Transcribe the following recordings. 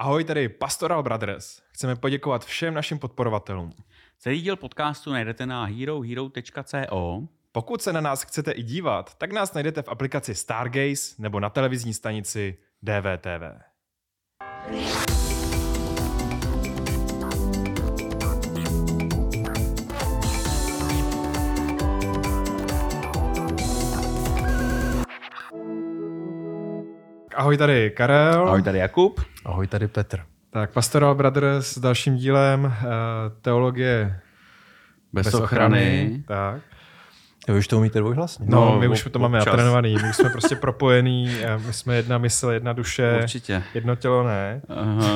Ahoj, tady Pastoral Brothers. Chceme poděkovat všem našim podporovatelům. Celý díl podcastu najdete na herohero.co. Pokud se na nás chcete i dívat, tak nás najdete v aplikaci Stargaze nebo na televizní stanici DVTV. Ahoj, tady Karel. Ahoj, tady Jakub. Ahoj, tady Petr. Tak Pastoral Brothers s dalším dílem teologie bez ochrany. Tak. Jo, už to umíte dvojhlasně? No, my už to máme natrénovaný, my jsme prostě propojení, my jsme jedna mysl, jedna duše, určitě. Jedno tělo ne. Aha.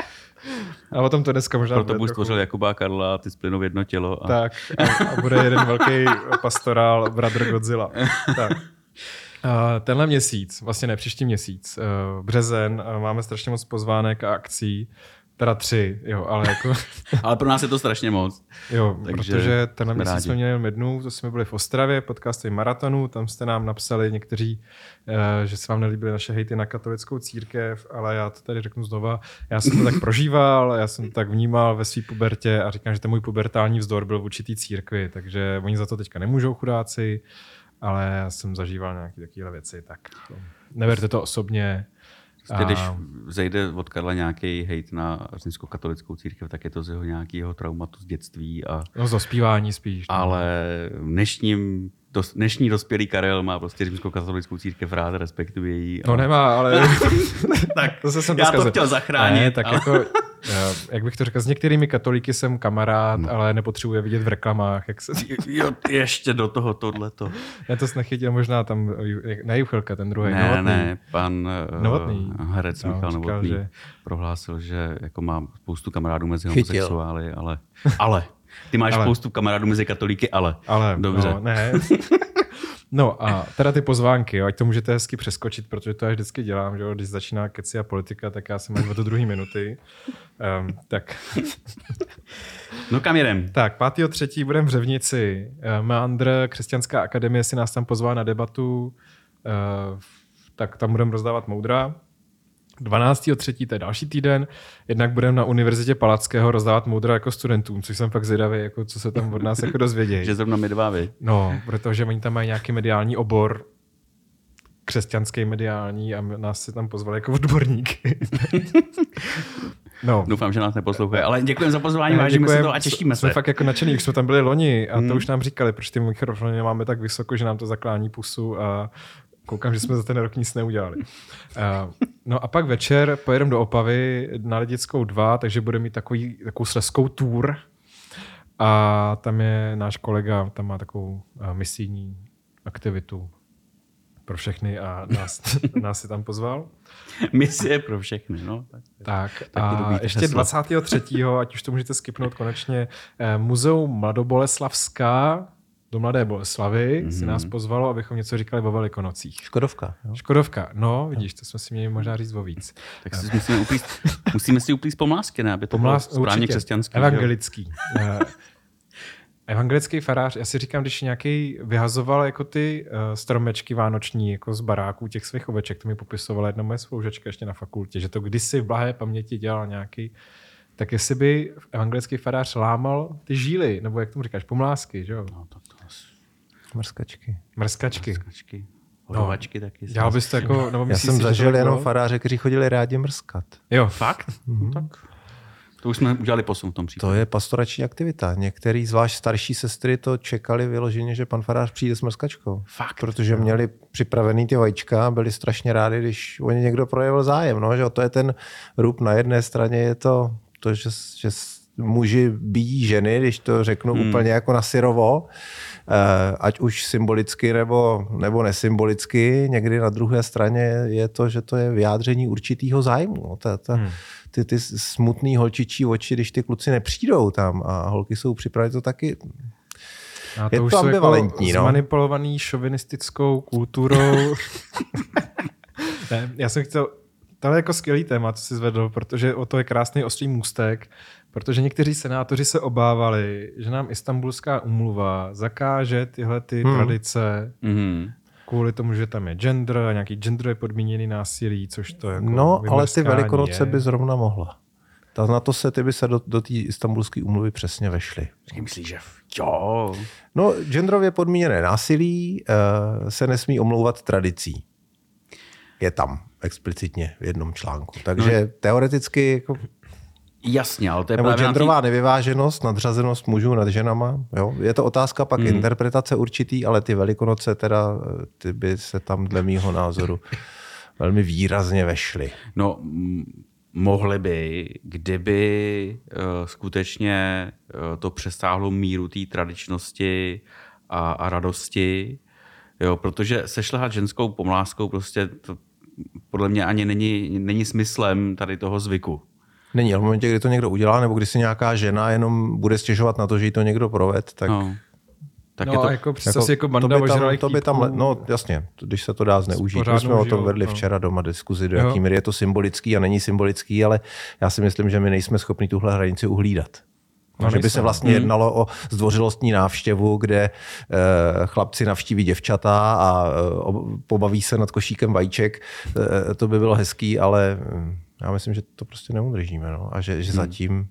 A o tom to dneska možná proto Bůh stvořil Jakuba a Karla a ty splynou v jedno tělo. Tak a bude jeden velký pastoral Brother Godzilla. Tak. Tenhle měsíc, vlastně ne příští měsíc, březen, máme strašně moc pozvánek a akcí. Teda 3, jo, ale jako... ale pro nás je to strašně moc. Jo, protože tenhle měsíc jsme měli jednu, to jsme byli v Ostravě, podcastový maratonu, tam jste nám napsali někteří, že se vám nelíbily naše hejty na katolickou církev, ale já to tady řeknu znova, já jsem to tak prožíval, já jsem to tak vnímal ve své pubertě a říkám, že ten můj pubertální vzdor byl v určitý církvi, takže oni za to teďka nemůžou, chudáci, ale já jsem zažíval nějaké takové věci, tak neberte to osobně. Když zejde od Karla nějaký hejt na římskokatolickou církev, tak je to z jeho nějakého traumatu z dětství. No z dospívání spíš. No. Ale dnešní dospělý Karel má prostě římskokatolickou církev rád, respektuje ji. No nemá, ale... tak já to chtěl zachránit. Ne, tak ale... jako, jak bych to řekl, s některými katolíky jsem kamarád, ale nepotřebuji je vidět v reklamách. Jak se... Jo, ještě do toho tohleto. Já to snechytil možná tam na Juchelka, ten druhý. Ne, pan Novotný. herec Michal Novotný prohlásil, že jako má spoustu kamarádů mezi homosexuály, ale ty máš spoustu kamarádů mezi katolíky, ale dobře. No, ne. No a teda ty pozvánky, jo, ať to můžete hezky přeskočit, protože to já vždycky dělám, že jo, když začíná keci a politika, tak já jsem až do 2. minuty. Tak. No kam jedem? Tak, 5.3. budeme v Řevnici. Meandr, Křesťanská akademie si nás tam pozvala na debatu, tak tam budeme rozdávat moudra. 12.3. to je další týden, jednak budeme na Univerzitě Palackého rozdávat moudra jako studentům, což jsem fakt zvědavý, jako co se tam od nás jako dozvědějí. Že zrovna my dva, vy. No, protože oni tam mají nějaký mediální obor, křesťanský mediální a nás si tam pozvali jako odborníky. No. Doufám, že nás neposlouchají, ale děkujeme za pozvání, vážíme si to a těšíme se. Jsme fakt jako nadšený, už jsme tam byli loni a to už nám říkali, proč ty mikrofony máme tak vysoko, že nám to zaklání pusu a koukám, že jsme za ten rok nic neudělali. No a pak večer pojedeme do Opavy na Lidickou 2, takže budeme mít takovou slezskou tour. A tam je náš kolega, tam má takovou misijní aktivitu pro všechny a nás si tam pozval. Misie pro všechny, no. Tak a ještě 23. ať už to můžete skipnout konečně, Muzeum Mladoboleslavská do Mladé Boleslavy si nás pozvalo, abychom něco říkali o Velikonocích. Škodovka. Jo? Škodovka, no vidíš, to jsme si měli možná říct o víc. Tak si musíme si uplíst pomlásky, ne? Aby to bylo správně křesťanský. Evangelický. Evangelický farář, já si říkám, když nějaký vyhazoval jako ty stromečky vánoční jako z baráků těch svých oveček, to mi popisovala jedna moje spolužačka ještě na fakultě, že to kdysi v blahé paměti dělal nějaký, tak jestli by evangelický farář lámal ty žíly, nebo jak tomu říkáš, pomlásky, že jo? No, to Mrskačky. Hodovačky taky. Dělal bys to jako... Nebo já jsem zažil jenom faráře, kteří chodili rádi mrskat. Jo, fakt? No, tak. To už jsme udělali posun v tom případě. To je pastorační aktivita. Některý, zvlášť starší sestry, to čekali vyloženě, že pan farář přijde s mrskačkou. Fakt? Protože měli připravený ty vajíčka a byli strašně rádi, když o ně někdo projevil zájem. No, že to je ten rub na jedné straně, je to že muži bijí ženy, když to řeknu úplně jako na syrovo, ať už symbolicky nebo nesymbolicky. Někdy na druhé straně je to, že to je vyjádření určitého zájmu. Ty smutný holčičí oči, když ty kluci nepřijdou tam a holky jsou připraveny, to taky... A to je už to ambivalentní. Jako zmanipulovaný šovinistickou kulturou. Ne, já jsem chtěl... Tohle je jako skvělý téma, co jsi zvedl, protože o to je krásný ostrý můstek, protože někteří senátoři se obávali, že nám Istanbulská úmluva zakáže tyhle ty tradice kvůli tomu, že tam je gender a nějaký genderově podmíněný násilí, což to jako no, ale ty Velikonoce by zrovna mohla. Na to ty by se do té Istanbulské úmluvy přesně vešly. Myslíš, že jo? No, genderově podmíněné násilí se nesmí omlouvat tradicí. Je tam explicitně v jednom článku. Takže teoreticky... Jako, jasně, ale to je nebo právě genderová nevyváženost, nadřazenost mužů nad ženama. Jo? Je to otázka pak interpretace určitý, ale ty Velikonoce teda ty by se tam dle mýho názoru velmi výrazně vešly. No, mohly by, kdyby skutečně to přesáhlo míru té tradičnosti a radosti, jo, protože sešlehat ženskou pomláskou prostě to podle mě ani není smyslem tady toho zvyku. Není, ale v momentě, kdy to někdo udělá, nebo když si nějaká žena jenom bude stěžovat na to, že jí to někdo proved, tak... No, tak je to, jako představ jako banda ožralých týpků. No jasně, když se to dá zneužít. My jsme o tom vedli včera doma diskuzi, do jaký míry je to symbolický a není symbolický, ale já si myslím, že my nejsme schopni tuhle hranici uhlídat. No, že by se vlastně jednalo o zdvořilostní návštěvu, kde chlapci navštíví děvčata a pobaví se nad košíkem vajíček. To by bylo hezký, ale já myslím, že to prostě neudržíme. No? A že zatím...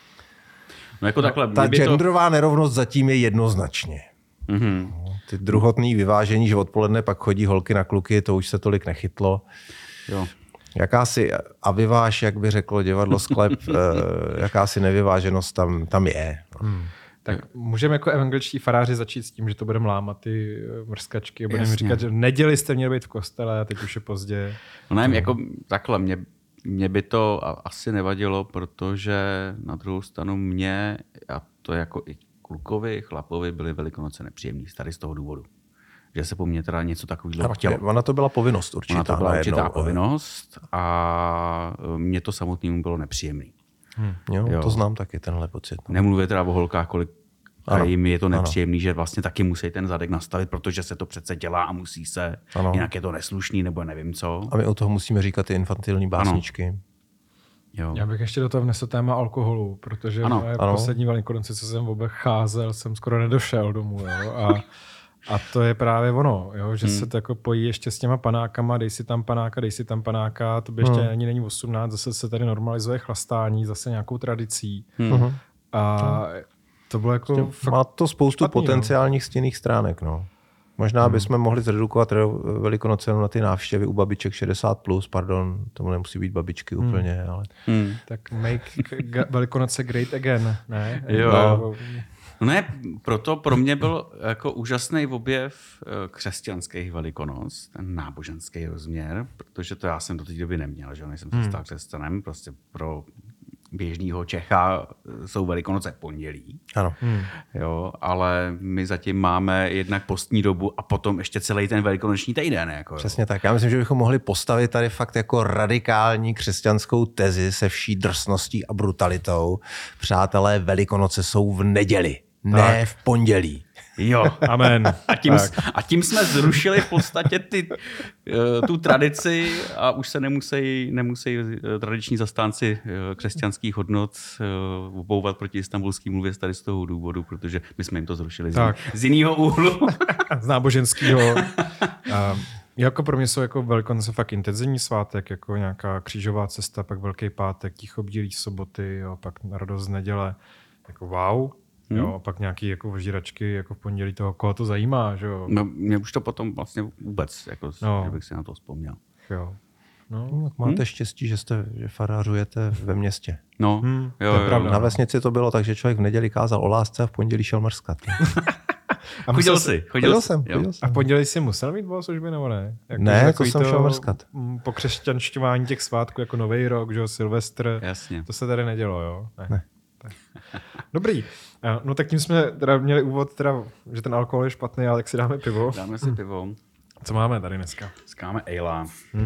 No jako takhle, ta genderová nerovnost zatím je jednoznačně. Mm-hmm. Ty druhotný vyvážení, že odpoledne pak chodí holky na kluky, to už se tolik nechytlo. Jo. Jakási aviváž, jak by řeklo divadlo Sklep, jakási nevyváženost tam je. Tak můžeme jako evangeličtí faráři začít s tím, že to budeme lámat ty mrskačky a budeme říkat, že v neděli jste měli být v kostele a teď už je pozdě. No nevím, jako takhle, mě by to asi nevadilo, protože na druhou stranu mě, a to jako i klukovi, chlapovi, byly Velikonoce nepříjemný, tady z toho důvodu. Že se po mně teda něco takového chtělo. Ona to byla povinnost určitá. Ona to byla určitá povinnost a mě to samotnému bylo nepříjemný. Jo, to znám taky, tenhle pocit. Nemluvě teda o holkách, kolik jim je to nepříjemný, že vlastně taky musí ten zadek nastavit, protože se to přece dělá a musí se, jinak je to neslušný nebo nevím co. A my o toho musíme říkat ty infantilní básničky. Jo. Já bych ještě do toho vnesl téma alkoholu, protože poslední Velikonoce, co jsem obcházel, jsem skoro nedošel domů. Jo? A to je právě ono, jo? Že se to jako pojí ještě s těma panákama, dej si tam panáka, to by ještě ani není 18, zase se tady normalizuje chlastání, zase nějakou tradicí. A to bylo jako má to spoustu špatný, potenciálních stinných stránek. No. Možná bychom mohli zredukovat Velikonoce na ty návštěvy u babiček 60+, pardon, to nemusí být babičky úplně, ale... Tak make Velikonoce great again, ne? Jo. No ne, proto pro mě byl jako úžasný objev křesťanských Velikonoc, ten náboženský rozměr, protože to já jsem do té doby neměl, že nejsem se stal křesťanem, prostě pro běžného Čecha jsou Velikonoce pondělí. Ano. Jo, ale my zatím máme jednak postní dobu a potom ještě celý ten velikonoční týden. Jako, přesně tak. Já myslím, že bychom mohli postavit tady fakt jako radikální křesťanskou tezi se vší drsností a brutalitou. Přátelé, Velikonoce jsou v neděli, ne v pondělí. Jo, amen. A tím jsme zrušili v podstatě tu tradici a už se nemusí tradiční zastánci křesťanských hodnot obouvat proti Istanbulské úmluvě tady z toho důvodu, protože my jsme jim to zrušili z jiného úhlu. Z náboženského. Jako pro mě jsou jako Velikonoce fakt intenzivní svátek, jako nějaká křížová cesta, pak Velký pátek, tichobdílí soboty, jo, pak radost z neděle. Jako wow. Jo, pak nějaký jako vžíračky jako v pondělí toho, koho to zajímá, že jo? No, mě už to potom vlastně vůbec, jako, že bych si na to vzpomněl. Jo. No, máte štěstí, že farářujete ve městě. No, jo, to je pravda. Na vesnici to bylo tak, že člověk v neděli kázal o lásce a v pondělí šel mrskat. A chodil jsem. A v pondělí jsi musel mít bohoslužby nebo ne? Jako ne, to jsem šel mrskat. Po křesťanšťování těch svátků jako Nový rok, že jo, Silvestr. Jasně. To se tady nedělo, jo? Ne. Dobrý. No tak tím jsme teda měli úvod, teda, že ten alkohol je špatný, ale tak si dáme pivo. Dáme si pivo. Co máme tady dneska? Máme Ejla.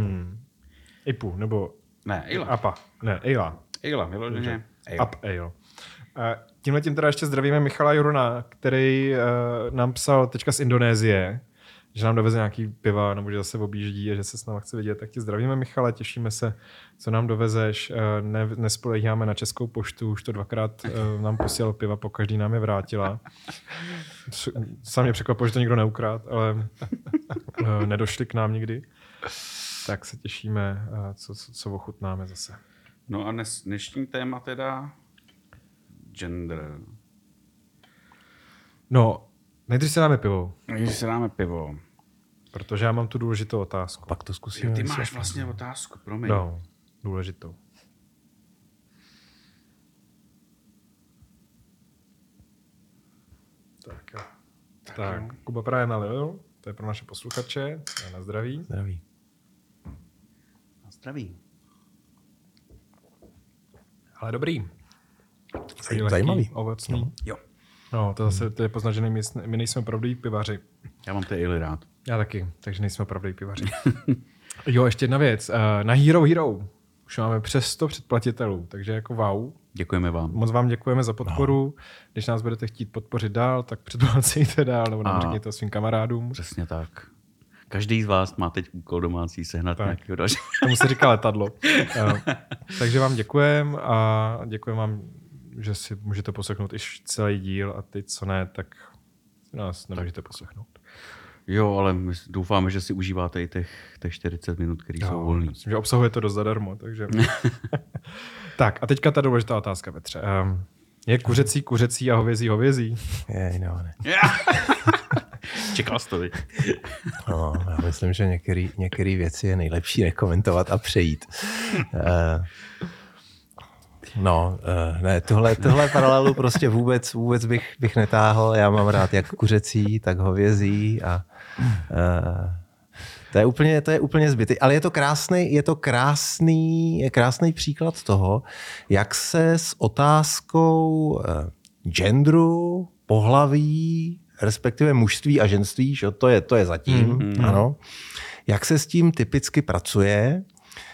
Ipu, nebo... Ne, Ejla. Apa. Ne, Ejla. Ejla, vyloženě. Up Ale. Tímhle tím teda ještě zdravíme Michala Juruna, který nám psal teďka z Indonésie, že nám doveze nějaký piva, nebo že zase objíždí a že se s náma chce vidět, tak tě zdravíme, Michale, těšíme se, co nám dovezeš. Nespoléháme na Českou poštu, už to 2krát nám posílal piva, pokaždý nám je vrátila. Sám mě překvapilo, že to nikdo neukrát, ale nedošli k nám nikdy. Tak se těšíme, co ochutnáme zase. No a dnešní téma teda gender. No, nejdřív se dáme pivo. Nejdřív se dáme pivo. Protože já mám tu důležitou otázku. Pak to zkusíme. Ty máš vlastně otázku, promiň. No, důležitou. Tak jo. Tak, Kuba právě nalil, to je pro naše posluchače. Na zdraví. Zdraví. Na zdraví. Ale dobrý. Zajímavý. Ovocný. Jo. No, to zase to je poznat, že my nejsme opravdu pivaři. Já mám ty ale rád. Já taky, takže nejsme opravdu pivaři. Jo, ještě jedna věc. Na Hero už máme přes 100 předplatitelů, takže jako wow. Děkujeme vám. Moc vám děkujeme za podporu. Když nás budete chtít podpořit dál, tak předplatujte dál, nebo nám řekněte to svým kamarádům. Přesně tak. Každý z vás má teď úkol domácí sehnat nějakého dalšího. Tomu se říká letadlo. Takže vám děkujeme a děkujeme vám, že si můžete poslechnout i celý díl a ty, co ne, tak nás nemůžete poslechnout. Jo, ale my doufáme, že si užíváte i těch 40 minut, které jsou volný. Myslím, že obsahuje to dost zadarmo, takže... Tak a teďka ta důležitá otázka, Petře. Je kuřecí a hovězí? No, ne. Čekal jsi to, viď? No, já myslím, že některé věci je nejlepší nekomentovat a přejít. Ne, tohle paralelu prostě vůbec bych netáhl. Já mám rád jak kuřecí, tak hovězí a to je úplně zbytý. Ale je to krásný příklad toho, jak se s otázkou genderu, pohlaví, respektive mužství a ženství, že to je zatím, ano, jak se s tím typicky pracuje.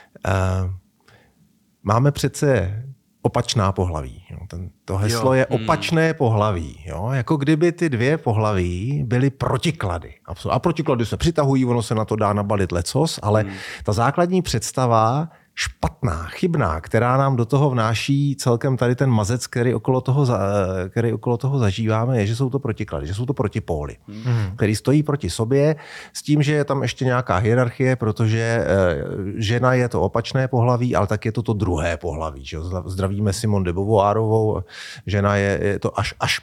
Máme přece opačná pohlaví. To heslo je opačné pohlaví. Jo? Jako kdyby ty dvě pohlaví byly protiklady. A protiklady se přitahují, ono se na to dá nabalit lecos, ale ta základní představa špatná, chybná, která nám do toho vnáší celkem tady ten mazec, který okolo toho zažíváme, je, že jsou to protiklady, že jsou to protipóly, který stojí proti sobě s tím, že je tam ještě nějaká hierarchie, protože žena je to opačné pohlaví, ale tak je to druhé pohlaví. Že? Zdravíme Simone de Beauvoirovou, žena je to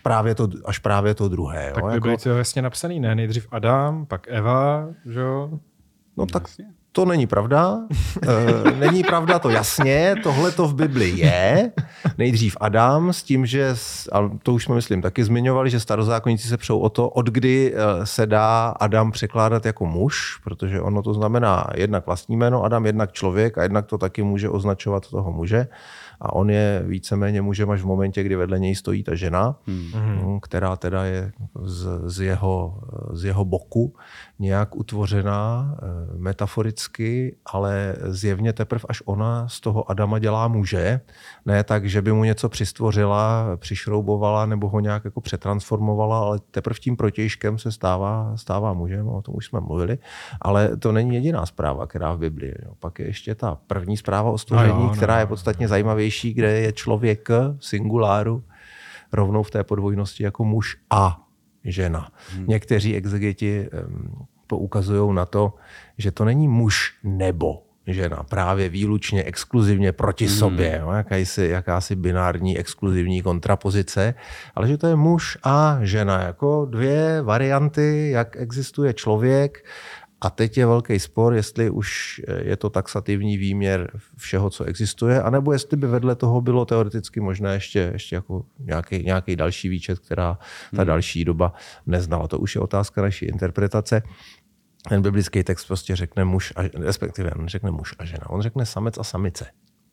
až právě to druhé. Tak by bylo to jasně napsaný, ne? Nejdřív Adam, pak Eva, že jo? No tak to není pravda. Není pravda to jasně. Tohle to v Bibli je. Nejdřív Adam s tím, že, a to už jsme myslím taky zmiňovali, že starozákonníci se přou o to, od kdy se dá Adam překládat jako muž, protože ono to znamená jednak vlastní jméno Adam, jednak člověk a jednak to taky může označovat toho muže. A on je víceméně mužem až v momentě, kdy vedle něj stojí ta žena, která teda je z jeho boku nějak utvořená metaforicky, ale zjevně teprve až ona z toho Adama dělá muže. Ne tak, že by mu něco přistvořila, přišroubovala nebo ho nějak jako přetransformovala, ale teprve tím protějškem se stává mužem, o tom už jsme mluvili. Ale to není jediná zpráva, která v Biblii. Pak je ještě ta první zpráva o stvoření, která je podstatně zajímavější, kde je člověk v singuláru rovnou v té podvojnosti jako muž a žena. Někteří exegeti poukazují na to, že to není muž nebo žena, právě výlučně, exkluzivně proti sobě, no, jakási binární exkluzivní kontrapozice, ale že to je muž a žena, jako dvě varianty, jak existuje člověk. A teď je velký spor, jestli už je to taxativní výměr všeho, co existuje, anebo jestli by vedle toho bylo teoreticky možné ještě jako nějaký další výčet, která ta další doba neznala. To už je otázka naší interpretace. Ten biblický text prostě řekne muž, respektive on řekne muž a žena. On řekne samec a samice.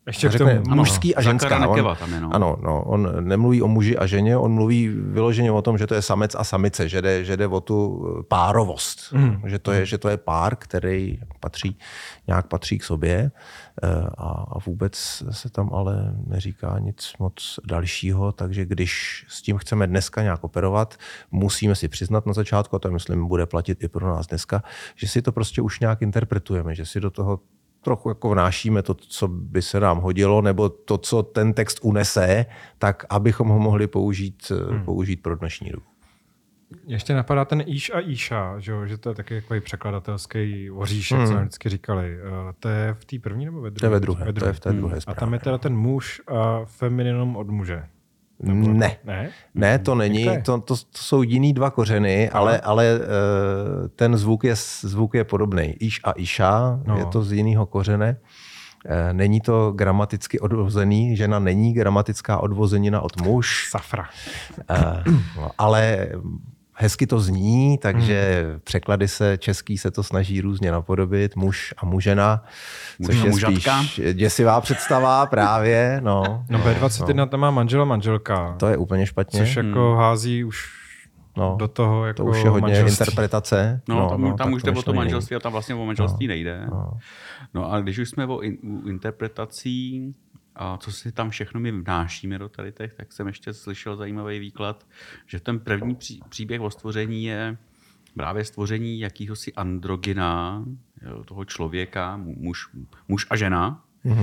Ještě řekne mužský a ženská. Ano, on nemluví o muži a ženě, on mluví vyloženě o tom, že to je samec a samice, že jde o tu párovost. Že to je pár, který nějak patří k sobě a vůbec se tam ale neříká nic moc dalšího, takže když s tím chceme dneska nějak operovat, musíme si přiznat na začátku, a to myslím bude platit i pro nás dneska, že si to prostě už nějak interpretujeme, že si do toho trochu jako vnášíme to, co by se nám hodilo, nebo to, co ten text unese, tak abychom ho mohli použít pro dnešní dobu. Ještě napadá ten Iš a Iša, že to je taky takový překladatelský oříšek, co nám vždycky říkali. To je v té první nebo ve druhé? To je ve druhé, to je v té druhé zprávě. A tam je teda ten muž a femininum od muže. Ne, to není. To jsou jiný dva kořeny, ale ten zvuk je podobný. Iš a Iša, je to z jiného kořene. Není to gramaticky odvozený, žena není gramatická odvozenina od muž. Safra. Ale hezky to zní, takže překlady český se to snaží různě napodobit, muž a mužena, což je spíš děsivá představa právě. No B21 tam má manžel a manželka. To je úplně špatně. Což jako hází už do toho jako to už je hodně manželství. Interpretace. Tam už jde o to manželství a tam vlastně o manželství nejde. No a když už jsme u interpretací, a co si tam všechno my vnášíme do tady těch, tak jsem ještě slyšel zajímavý výklad, že ten první příběh o stvoření je právě stvoření jakýhosi androgyna, toho člověka, muž a žena.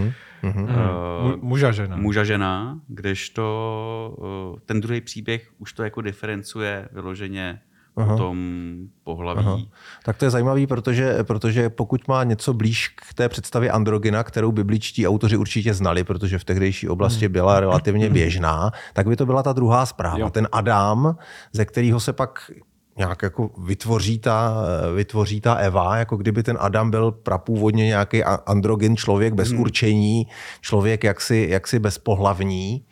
Muž a žena, kdežto ten druhý příběh už to jako diferencuje vyloženě o tom pohlaví. Tak to je zajímavý, protože pokud má něco blíž k té představě androgyna, kterou bibličtí autoři určitě znali, protože v tehdejší oblasti byla relativně běžná, tak by to byla ta druhá zpráva. Jo. Ten Adam, ze kterého se pak nějak jako vytvoří ta Eva, jako kdyby ten Adam byl prapůvodně nějaký androgyn, člověk bez určení, člověk jaksi bezpohlavní,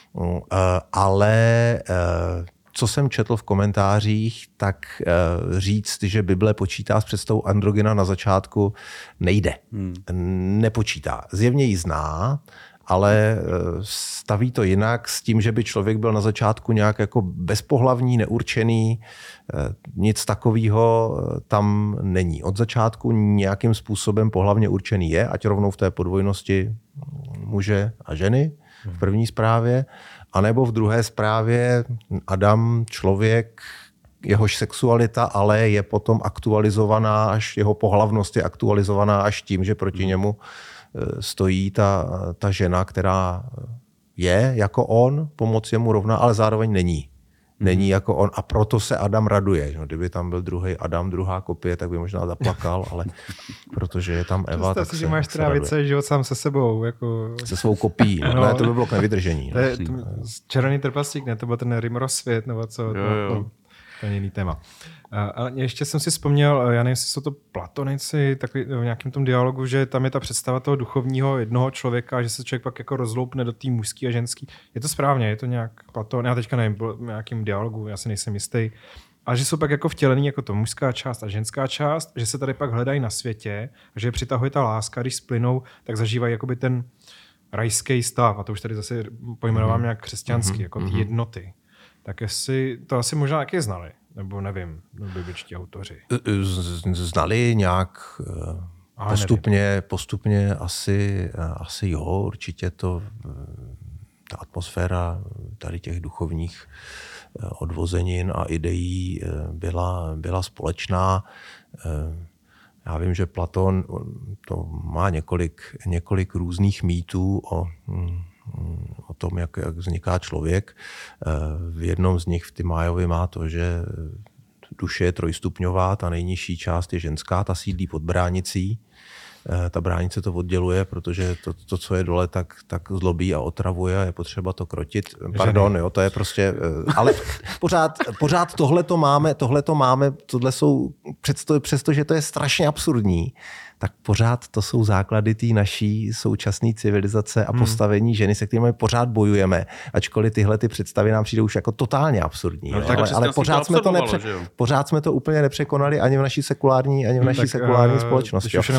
ale co jsem četl v komentářích, tak říct, že Bible počítá s představou androgyna na začátku, nejde. Nepočítá. Zjevně ji zná, ale staví to jinak s tím, že by člověk byl na začátku nějak jako bezpohlavní, neurčený, nic takového tam není. Od začátku nějakým způsobem pohlavně určený je, ať rovnou v té podvojnosti muže a ženy v první zprávě, anebo v druhé zprávě Adam, člověk, jehož sexualita ale je potom aktualizovaná, až jeho pohlavnost je aktualizovaná až tím, že proti němu stojí ta žena, která je jako on, pomoc je mu rovná, ale zároveň není. Není jako on a proto se Adam raduje. Kdyby tam byl druhý Adam, druhá kopie, tak by možná zaplakal, ale protože je tam Eva, tak se raduje. Máš trávice, život sám se sebou. Jako... Se svou kopií. Ne, to by bylo k nevydržení. Červený trpaslík, ne? To byl ten Rimrosvět, nebo co? To je jiný téma. Ale ještě jsem si vzpomněl, já nevím, jestli jsou to platonici, takový, v nějakém tom dialogu, že tam je ta představa toho duchovního jednoho člověka, že se člověk pak jako rozloupne do té mužský a ženský. Je to správně, je to nějak Platon, já teďka nevím, byl v nějakém dialogu, já si nejsem jistý, ale že jsou pak jako vtělený jako to mužská část a ženská část, že se tady pak hledají na světě, že je přitahuje ta láska, když splynou, tak zažívají jakoby ten rajský stav, a to už tady zase pojmenovám nějak křesťanský, jako ty jednoty. Tak jestli to asi možná taky znali, nebo nevím, bibličtí autoři. Znali nějak postupně asi jo, určitě ta atmosféra tady těch duchovních odvozenin a ideí byla společná. Já vím, že Platon to má několik různých mýtů o tom, jak vzniká člověk. V jednom z nich v Timájovi má to, že duše je trojstupňová, ta nejnižší část je ženská, ta sídlí pod bránicí. Ta bránice to odděluje, protože to co je dole, tak zlobí a otravuje a je potřeba to krotit. Pardon, jo, to je prostě... Ale pořád tohle jsou, přestože to je strašně absurdní, tak pořád to jsou základy té naší současné civilizace a postavení ženy, se kterými pořád bojujeme, ačkoliv tyhle ty představy nám přijdou už jako totálně absurdní. No, ale pořád jsme to úplně nepřekonali ani v naší sekulární společnosti. Pak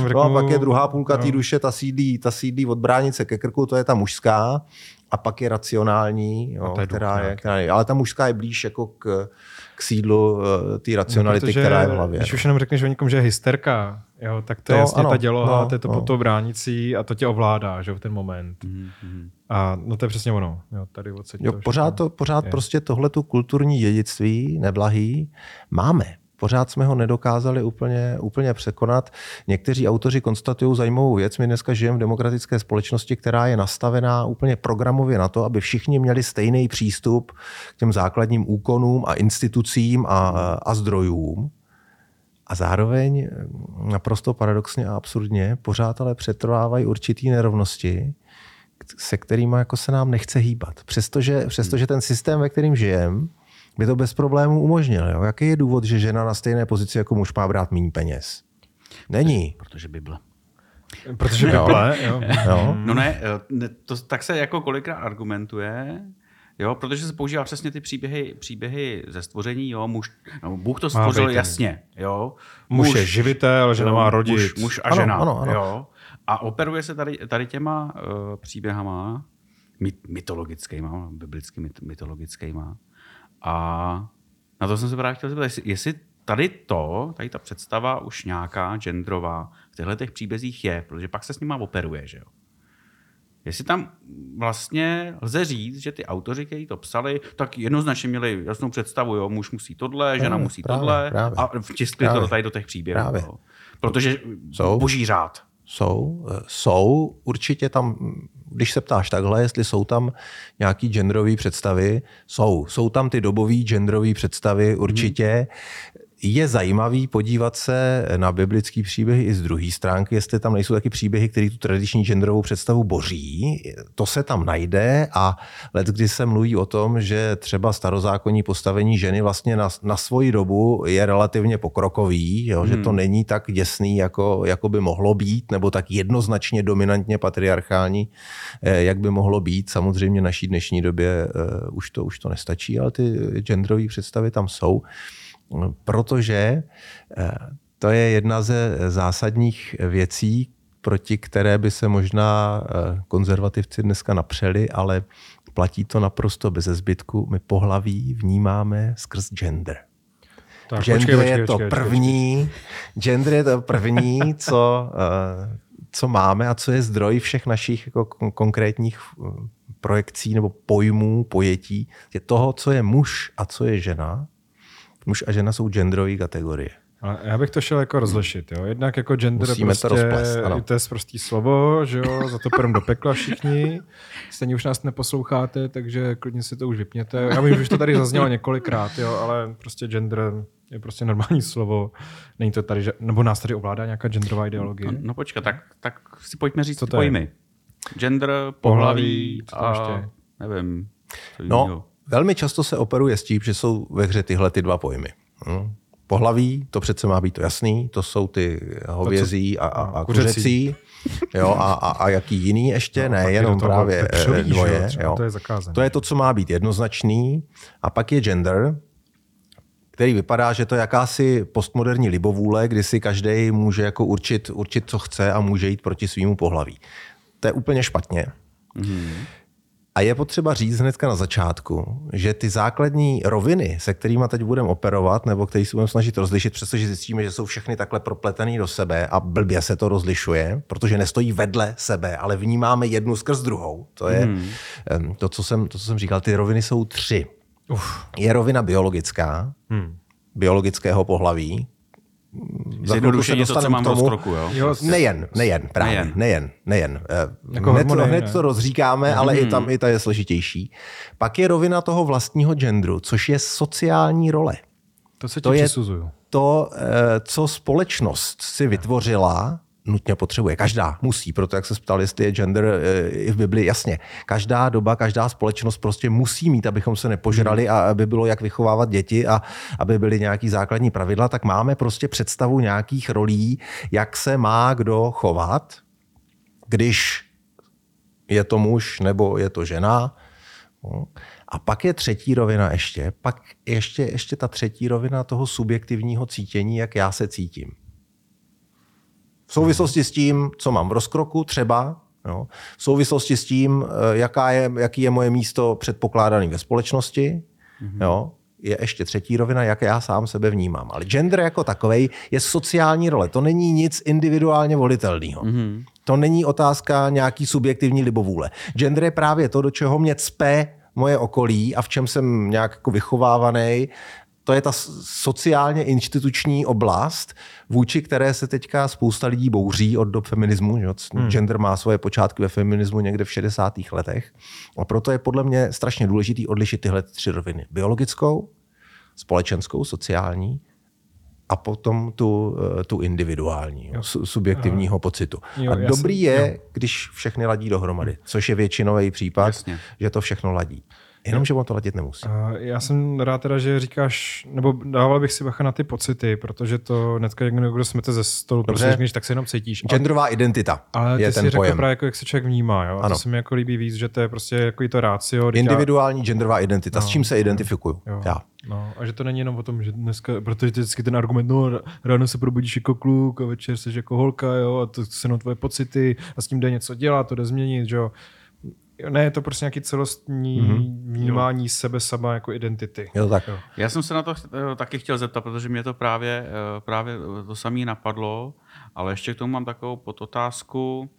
pak je druhá půlka té duše, ta sídlí od bránice ke krku, to je ta mužská, a pak je racionální, jo, která je, ale ta mužská je blíž jako k sídlu té racionality, která je v hlavě. Když už jenom řekneš o někom, že je hysterka, jo, tak to je jasně ta děloha, to je to pod tou bránicí a to tě ovládá, že v ten moment. A no to je přesně ono. Jo, tady pořád prostě tohletu kulturní dědictví neblahý máme. Pořád jsme ho nedokázali úplně překonat. Někteří autoři konstatují zajímavou věc. My dneska žijeme v demokratické společnosti, která je nastavená úplně programově na to, aby všichni měli stejný přístup k těm základním úkonům a institucím a zdrojům. A zároveň naprosto paradoxně a absurdně pořád ale přetrvávají určitý nerovnosti, se kterými jako se nám nechce hýbat. Přestože ten systém, ve kterým žijeme, by to bez problémů umožnil. Jo? Jaký je důvod, že žena na stejné pozici jako muž má brát méně peněz? Není. Protože Bible. Protože Bible, jo. No ne, tak se jako kolikrát argumentuje, jo, protože se používá přesně ty příběhy ze stvoření, jo, Bůh to stvořil jasně, jo. Muž je živitel, žena má rodit. Muž a žena, ano. Jo. A operuje se tady těma příběhama mytologickýma, biblicky mytologickýma. A na to jsem se právě chtěl zeptat, jestli tady ta představa už nějaká genderová v těchto těch příbězích je, protože pak se s nima operuje, že jo. Jestli tam vlastně lze říct, že ty autoři, kteří to psali, tak jednoznačně měli jasnou představu, jo, muž musí tohle, žena musí tohle a vtiskli to tady do těch příběhů. Jo. Protože boží řád. Jsou určitě tam, když se ptáš takhle, jestli jsou tam nějaký genderové představy, jsou tam ty dobové genderové představy určitě. Je zajímavý podívat se na biblické příběhy i z druhé stránky, jestli tam nejsou taky příběhy, které tu tradiční genderovou představu boří. To se tam najde a leckdy se mluví o tom, že třeba starozákonní postavení ženy vlastně na svoji dobu je relativně pokrokový, jo? Že to není tak děsný, jako by mohlo být, nebo tak jednoznačně dominantně patriarchální, jak by mohlo být. Samozřejmě v naší dnešní době už to nestačí, ale ty genderové představy tam jsou. Protože to je jedna ze zásadních věcí, proti které by se možná konzervativci dneska napřeli, ale platí to naprosto beze zbytku. My pohlaví vnímáme skrz gender. Tak, Gender je to první, co máme a co je zdroj všech našich jako konkrétních projekcí nebo pojmů, pojetí. Je toho, co je muž a co je žena. Muž a žena jsou genderové kategorie. A já bych to šel jako rozlišit. Jo? Jednak jako gender to je prostý slovo, že jo? Za to půjdeme do pekla všichni. Stejně už nás neposloucháte, takže klidně si to už vypněte. Já vím, že už to tady zaznělo několikrát, jo? Ale prostě gender je prostě normální slovo. Není to tady, nebo nás tady ovládá nějaká genderová ideologie? No počkat, tak si pojďme říct ty pojmy. Gender, pohlaví a nevím. Velmi často se operuje s tím, že jsou ve hře tyhle ty dva pojmy. Pohlaví, to přece má být to jasný, to jsou ty hovězí a kuřecí. Jo, a jaký jiný ještě, ne, jenom právě dvoje. Jo. To je to, co má být jednoznačný. A pak je gender, který vypadá, že to je jakási postmoderní libovůle, kdy si každý může jako určit, co chce a může jít proti svýmu pohlaví. To je úplně špatně. A je potřeba říct hnedka na začátku, že ty základní roviny, se kterými teď budeme operovat, nebo který se budeme snažit rozlišit, přestože zjistíme, že jsou všechny takhle propletený do sebe a blbě se to rozlišuje, protože nestojí vedle sebe, ale vnímáme jednu skrz druhou. To je to, co jsem říkal. Ty roviny jsou 3. Je rovina biologická, biologického pohlaví. Zjednodušeně to, co mám v rozkroku, jo? Nejen. Jako hned to rozříkáme, ale i ta je složitější. Pak je rovina toho vlastního genderu, což je sociální role. To se ti přisuzuju. To, co společnost si vytvořila, nutně potřebuje. Každá musí, proto jak se ptal, jestli je gender i v Biblii, jasně. Každá doba, každá společnost prostě musí mít, abychom se nepožrali a aby bylo jak vychovávat děti a aby byly nějaký základní pravidla, tak máme prostě představu nějakých rolí, jak se má kdo chovat, když je to muž nebo je to žena. A pak je třetí rovina ještě. Pak ještě ta třetí rovina toho subjektivního cítění, jak já se cítím. V souvislosti s tím, co mám v rozkroku třeba, jo, v souvislosti s tím, jaký je moje místo předpokládaný ve společnosti, jo, je ještě třetí rovina, jak já sám sebe vnímám. Ale gender jako takovej je sociální role. To není nic individuálně volitelného. To není otázka nějaký subjektivní libovůle. Gender je právě to, do čeho mě cpe moje okolí a v čem jsem nějak jako vychovávaný. To je ta sociálně instituční oblast, vůči které se teďka spousta lidí bouří od dob feminismu. Gender má svoje počátky ve feminismu někde v 60. letech. A proto je podle mě strašně důležitý odlišit tyhle tři roviny. Biologickou, společenskou, sociální a potom tu individuální, subjektivního pocitu. A dobrý je, když všechny ladí dohromady, což je většinový případ, že to všechno ladí. Jenomže on to ladit nemusí. Já jsem rád teda, že říkáš, nebo dával bych si bacha na ty pocity, protože to dneska někdo smete ze stolu, protože řekneš, tak se jenom cítíš. Genderová identita ale je ty ten si pojem. řekl právě, jak se člověk vnímá. Jo? A to se mi jako líbí víc, že to je prostě jako to rácio. Individuální genderová identita, s čím se identifikuju. Já. No, a že to není jenom o tom, že dneska, protože vždycky ten argument, no ráno se probudíš jako kluk a večer seš jako holka, jo, a to jsou tvoje pocity a s tím jde něco dělat, to jde změnit, že jo. Ne, je to prostě nějaký celostní vnímání sebe sama jako identity. Jo, tak. Já jsem se na to taky chtěl zeptat, protože mě to právě to samé napadlo, ale ještě k tomu mám takovou podotázku.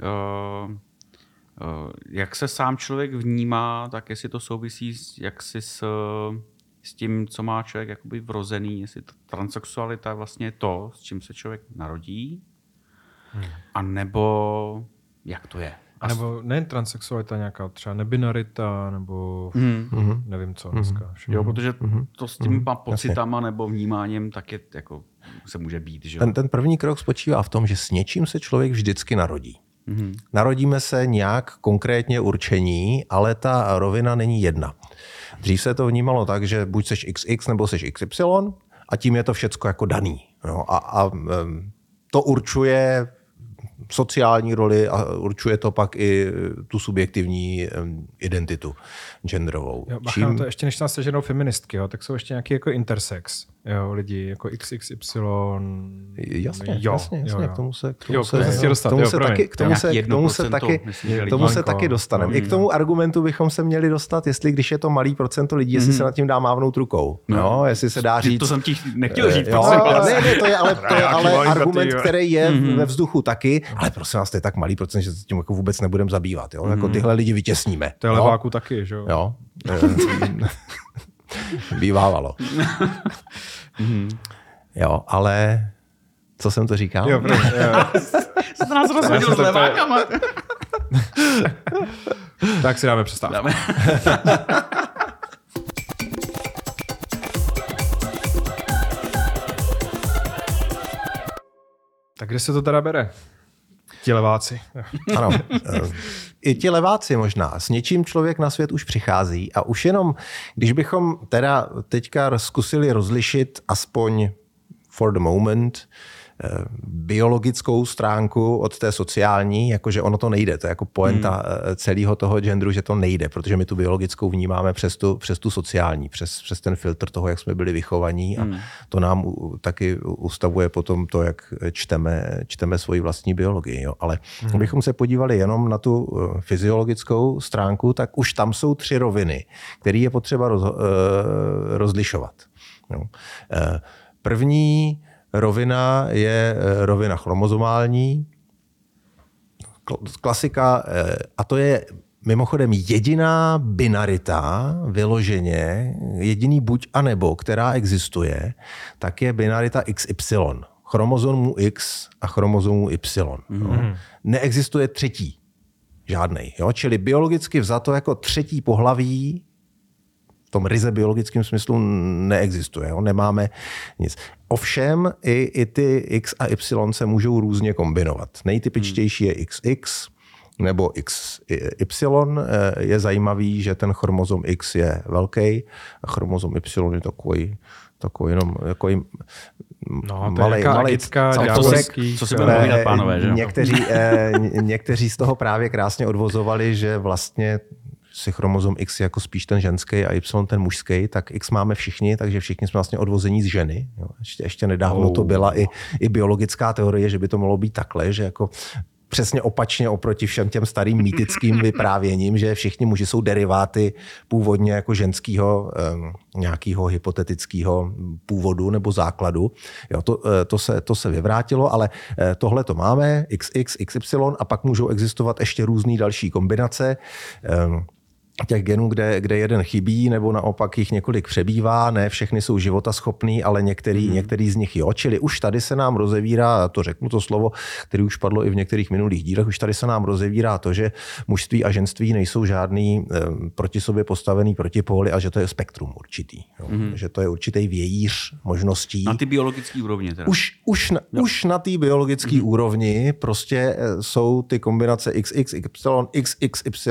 Jak se sám člověk vnímá, tak jestli to souvisí jaksi s tím, co má člověk jakoby vrozený, jestli transsexualita vlastně je to, s čím se člověk narodí, a nebo jak to je? A nebo nejen transsexualita, nějaká třeba nebinarita, nebo nevím co dneska. Jo, protože to s těmi pocitama nebo vnímáním taky jako se může být. Že? Ten první krok spočívá v tom, že s něčím se člověk vždycky narodí. Narodíme se nějak konkrétně určení, ale ta rovina není jedna. Dřív se to vnímalo tak, že buď seš XX nebo seš XY a tím je to všecko jako daný. Jo? A to určuje sociální roli a určuje to pak i tu subjektivní identitu genderovou. Jo, bacha, to ještě než nás seženou feministky, jo, tak jsou ještě nějaký jako intersex, jo, lidi jako XXY. Jasně, k tomu se taky dostaneme. I k tomu argumentu bychom se měli dostat, jestli když je to malý procento lidí, jestli se nad tím dá mávnout rukou. No, jestli se dá říct. To jsem ti nechtěl říct. To je ale argument, který je ve vzduchu taky, ale prosím vás, to je tak malý procent, že se tím jako vůbec nebudeme zabývat. Jo? Jako tyhle lidi vytěsníme. To je leváku taky, že jo? Jo. Bývávalo. Jo, ale co jsem to říkal? Jo, Se to nás rozhodil s levákama. Tak si dáme přestávku. Tak kde se to teda bere? Ti leváci. Ano. I ti leváci možná. S něčím člověk na svět už přichází a už jenom, když bychom teda teďka zkusili rozlišit aspoň for the moment biologickou stránku od té sociální, jakože ono to nejde. To je jako pointa celého toho genderu, že to nejde, protože my tu biologickou vnímáme přes tu sociální, přes ten filtr toho, jak jsme byli vychovaní a to nám taky ustavuje potom to, jak čteme svoji vlastní biologii. Jo. Ale kdybychom se podívali jenom na tu fyziologickou stránku, tak už tam jsou 3 roviny, které je potřeba rozlišovat. Jo. První rovina je rovina chromozomální. Klasika, a to je mimochodem jediná binarita, vyloženě, jediný buď a nebo, která existuje, tak je binarita XY. Chromozomu X a chromozomu Y. Neexistuje třetí. Žádnej. Jo? Čili biologicky vzato jako třetí pohlaví v tom ryze biologickém smyslu neexistuje. Jo? Nemáme nic. Ovšem i ty X a Y se můžou různě kombinovat. Nejtypičtější je XX nebo XY. Je zajímavý, že ten chromozom X je velký a chromozom Y je takový jenom malej co si budeme povídat, pánové, že? Někteří z toho právě krásně odvozovali, že vlastně si chromozom X jako spíš ten ženský a Y ten mužský, tak X máme všichni, takže všichni jsme vlastně odvození z ženy. Jo. Ještě nedávno to byla i biologická teorie, že by to mohlo být takhle, že jako přesně opačně oproti všem těm starým mýtickým vyprávěním, že všichni muži jsou deriváty původně jako ženského nějakého hypotetického původu nebo základu. Jo, to se vyvrátilo, ale tohle to máme, XX, XY a pak můžou existovat ještě různý další kombinace těch genů, kde jeden chybí, nebo naopak jich několik přebývá, ne všechny jsou životaschopný, ale některý z nich jo. Čili už tady se nám rozevírá, to řeknu to slovo, které už padlo i v některých minulých dílech, už tady se nám rozevírá to, že mužství a ženství nejsou žádný proti sobě postavený protipóly a že to je spektrum určitý. Jo. Že to je určitý vějíř možností. Na ty biologické úrovni teda. Už na té biologické úrovni prostě jsou ty kombinace XXY, XXY,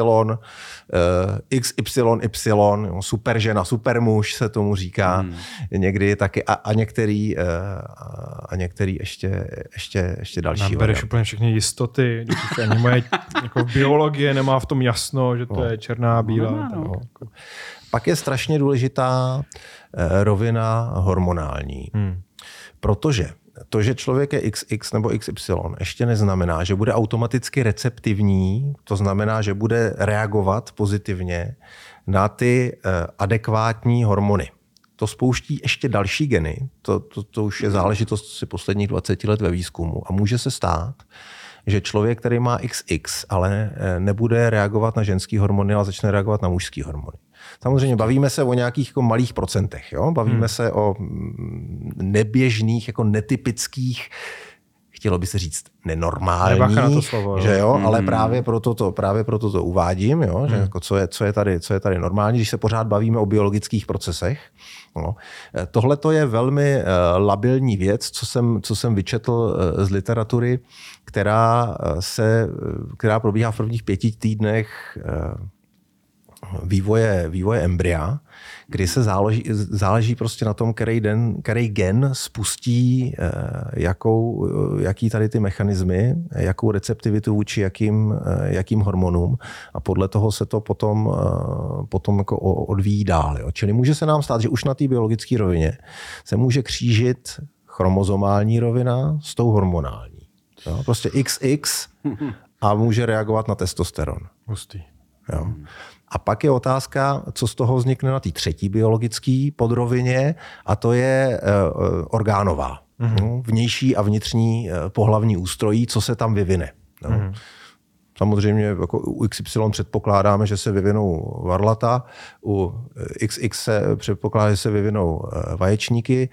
XYY, super žena, super muž se tomu říká někdy taky a některý ještě další. Nabereš úplně všechny jistoty, ani moje jako biologie nemá v tom jasno, že to je černá, bílá. No. Pak je strašně důležitá rovina hormonální, protože to, že člověk je XX nebo XY, ještě neznamená, že bude automaticky receptivní, to znamená, že bude reagovat pozitivně na ty adekvátní hormony. To spouští ještě další geny, to už je záležitost si posledních 20 let ve výzkumu a může se stát, že člověk, který má XX, ale nebude reagovat na ženský hormony, ale začne reagovat na mužský hormony. Samozřejmě bavíme se o nějakých jako malých procentech. Jo? Bavíme se o neběžných, jako netypických, chtělo by se říct nenormálních, na to slovo, že jo? Ale právě proto to uvádím, jo? Že jako co je tady normální, když se pořád bavíme o biologických procesech. No. Tohle to je velmi labilní věc, co jsem vyčetl z literatury, která probíhá v prvních 5 týdnech vývoje embrya, kdy se záleží prostě na tom, který gen spustí jaký tady ty mechanismy, jakou receptivitu vůči jakým hormonům a podle toho se to potom jako odvíjí dál. Jo. Čili může se nám stát, že už na té biologické rovině se může křížit chromozomální rovina s tou hormonální. Jo. Prostě XX a může reagovat na testosteron. Hustý. Jo. A pak je otázka, co z toho vznikne na té třetí biologické podrovině, a to je orgánová. Vnější a vnitřní pohlavní ústrojí, co se tam vyvine. No. Samozřejmě jako u XY předpokládáme, že se vyvinou varlata, u XX se předpokládá, že se vyvinou vaječníky,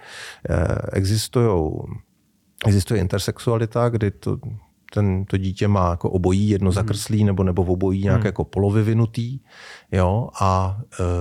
existuje intersexualita, kdy to dítě má jako obojí jedno zakrslí nebo v obojí nějak jako polovyvinutý. Jo? A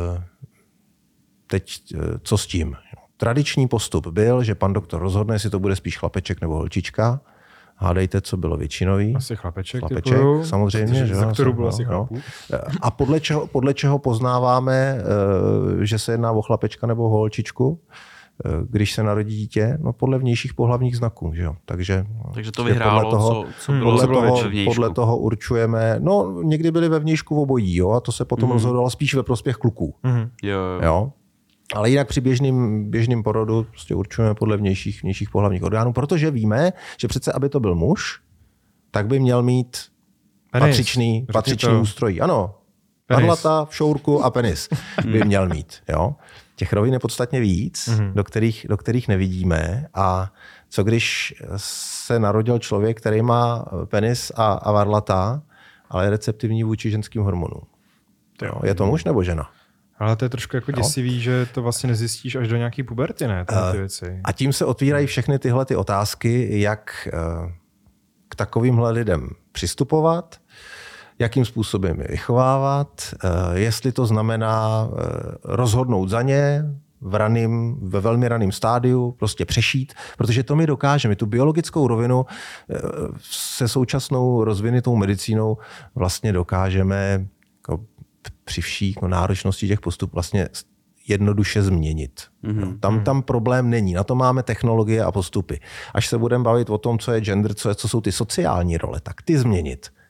teď co s tím? Tradiční postup byl, že pan doktor rozhodne, jestli to bude spíš chlapeček nebo holčička. Hádejte, co bylo většinový. Asi chlapeček samozřejmě. Že doktoru bylo asi chlapu. A podle čeho poznáváme, že se jedná o chlapečka nebo holčičku? Když se narodí dítě, no podle vnějších pohlavních znaků, že jo. Takže to vyhrálo, podle toho určujeme, no někdy byli ve vnějšku obojí, jo, a to se potom rozhodovalo spíš ve prospěch kluků. Jo. Ale jinak při běžným porodu prostě určujeme podle vnějších pohlavních orgánů, protože víme, že přece, aby to byl muž, tak by měl mít patřičný ústrojí. Ano, varlata, šourku a penis by měl mít, jo. Těch rovin je podstatně víc, do kterých nevidíme. A co když se narodil člověk, který má penis a varlata, ale je receptivní vůči ženským hormonům? Je to muž nebo žena? Ale to je trošku jako děsivý, že to vlastně nezjistíš až do nějaký puberty, ne? Ty věci. A tím se otvírají všechny tyhle ty otázky, jak k takovýmhle lidem přistupovat, jakým způsobem je vychovávat, jestli to znamená rozhodnout za ně ve velmi raném stádiu, prostě přešít, protože to my dokážeme. Tu biologickou rovinu se současnou rozvinutou medicínou vlastně dokážeme jako při vší náročnosti těch postupů vlastně jednoduše změnit. Tam problém není. Na to máme technologie a postupy. Až se budeme bavit o tom, co je gender, co jsou ty sociální role, tak ty změnit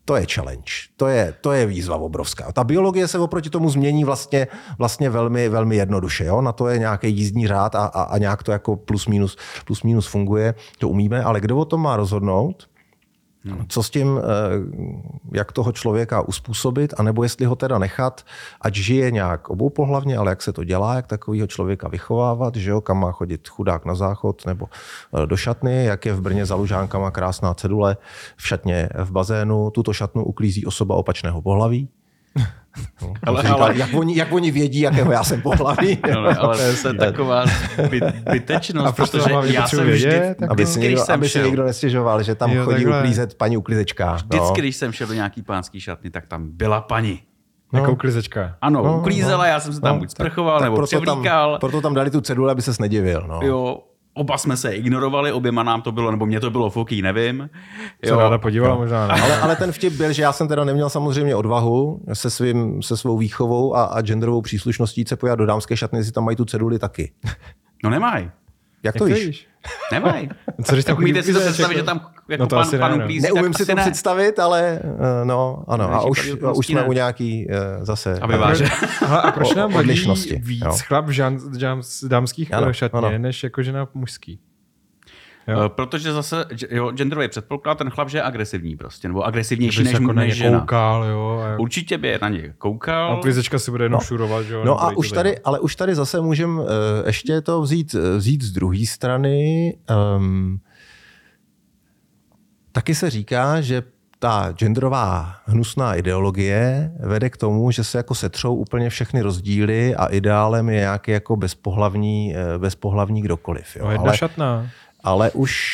to je challenge. To je výzva obrovská. Ta biologie se oproti tomu změní vlastně velmi, velmi jednoduše. Jo? Na to je nějaký jízdní řád a nějak to jako plus minus funguje. To umíme, ale kdo o tom má rozhodnout? Co s tím, jak toho člověka uspůsobit, anebo jestli ho teda nechat, ať žije nějak oboupohlavně, ale jak se to dělá, jak takovýho člověka vychovávat, že jo, kam má chodit chudák na záchod nebo do šatny, jak je v Brně za Lužánkama krásná cedule v šatně v bazénu, tuto šatnu uklízí osoba opačného pohlaví. No, ale jak oni vědí, jakého já jsem pohlaví. Ale to je taková zbytečnost, protože já jsem aby si někdo nestěžoval, že tam chodí uklízet paní uklízečka. Vždycky, když jsem šel do nějaký pánský šatny, tak tam byla paní. Jako uklízečka. Ano, uklízela, já jsem se tam buď sprchoval, nebo převlíkal. Proto tam dali tu ceduli, aby ses nedivil. No. Jo. Oba jsme se ignorovali, oběma nám to bylo, nebo mně to bylo foký, nevím. Se ráda podívala, možná ne. Ale ten vtip byl, že já jsem teda neměl samozřejmě odvahu se svou výchovou a genderovou příslušností se pojat do dámské šatny, jestli tam mají tu ceduli taky. No nemají. Jak to víš? Nemají. Co když tam umíte si to představit, že tam jako pan uklízí? Neumím si to představit, ale no, ano. A už jsme u nějaký zase a proč nám vadí víc chlap v dámských šatně, než jako žena mužský? Jo. Protože zase genderový předpoklad, ten chlap, že je agresivní prostě, nebo agresivnější než žena. Koukal, jo. Určitě by na něj koukal. A klizečka si bude jenom šurovat, jo. No a už tady zase můžeme ještě to vzít z druhé strany. Taky se říká, že ta genderová hnusná ideologie vede k tomu, že se jako setřou úplně všechny rozdíly a ideálem je nějaký jako bezpohlavní kdokoliv. Jo. Jedna šatná. Ale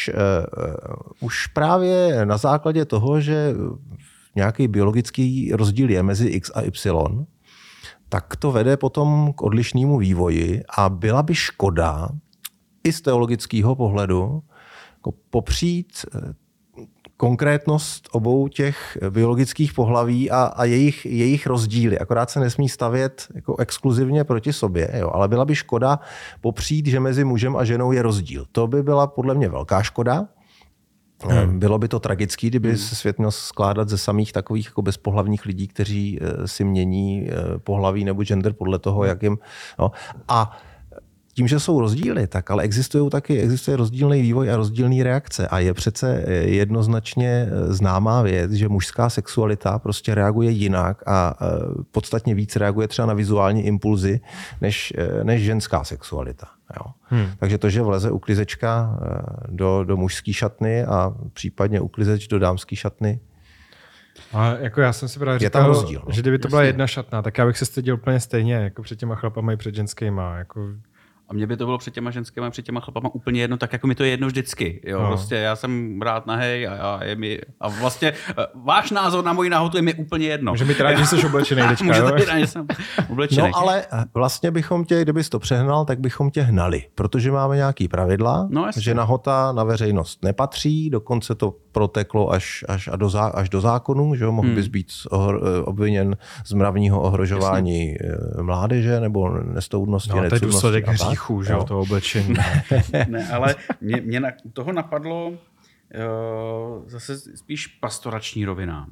už právě na základě toho, že nějaký biologický rozdíl je mezi X a Y, tak to vede potom k odlišnému vývoji a byla by škoda i z teologického pohledu jako popřít konkrétnost obou těch biologických pohlaví a jejich rozdíly. Akorát se nesmí stavět jako exkluzivně proti sobě, jo. Ale byla by škoda popřít, že mezi mužem a ženou je rozdíl. To by byla podle mě velká škoda. Bylo by to tragický, kdyby se svět měl skládat ze samých takových jako bezpohlavních lidí, kteří si mění pohlaví nebo gender podle toho, jak jim... No. A tím, že jsou rozdíly, tak ale existuje rozdílný vývoj a rozdílné reakce. A je přece jednoznačně známá věc, že mužská sexualita prostě reaguje jinak a podstatně víc reaguje třeba na vizuální impulzy než ženská sexualita. Jo. Takže to, že vleze uklizečka do mužské šatny a případně uklizeč do dámské šatny, a jako já jsem si právě říkal, rozdíl, no. Že kdyby to byla jedna šatna, tak já bych se styděl úplně stejně, jako před těma chlapama i před ženskýma. Jako... A mně by to bylo před těma ženskými a před těma chlapama úplně jedno, tak jako mi to je jedno vždycky. Jo? No. Prostě já jsem rád nahej a vlastně váš názor na moji nahotu je mi úplně jedno. Může mi rád, že jsi oblečený teďka, Může to být rád, že jsem oblečený. No ale vlastně bychom tě, kdybys to přehnal, tak bychom tě hnali, protože máme nějaký pravidla, že nahota na veřejnost nepatří, dokonce to proteklo až do zákonu, že mohl bys být obviněn z mravního ohrožování mládeže nebo nestoudnosti, to je důsledek hříchu, že to oblečení. Ne, ale mě toho napadlo zase spíš pastorační rovina.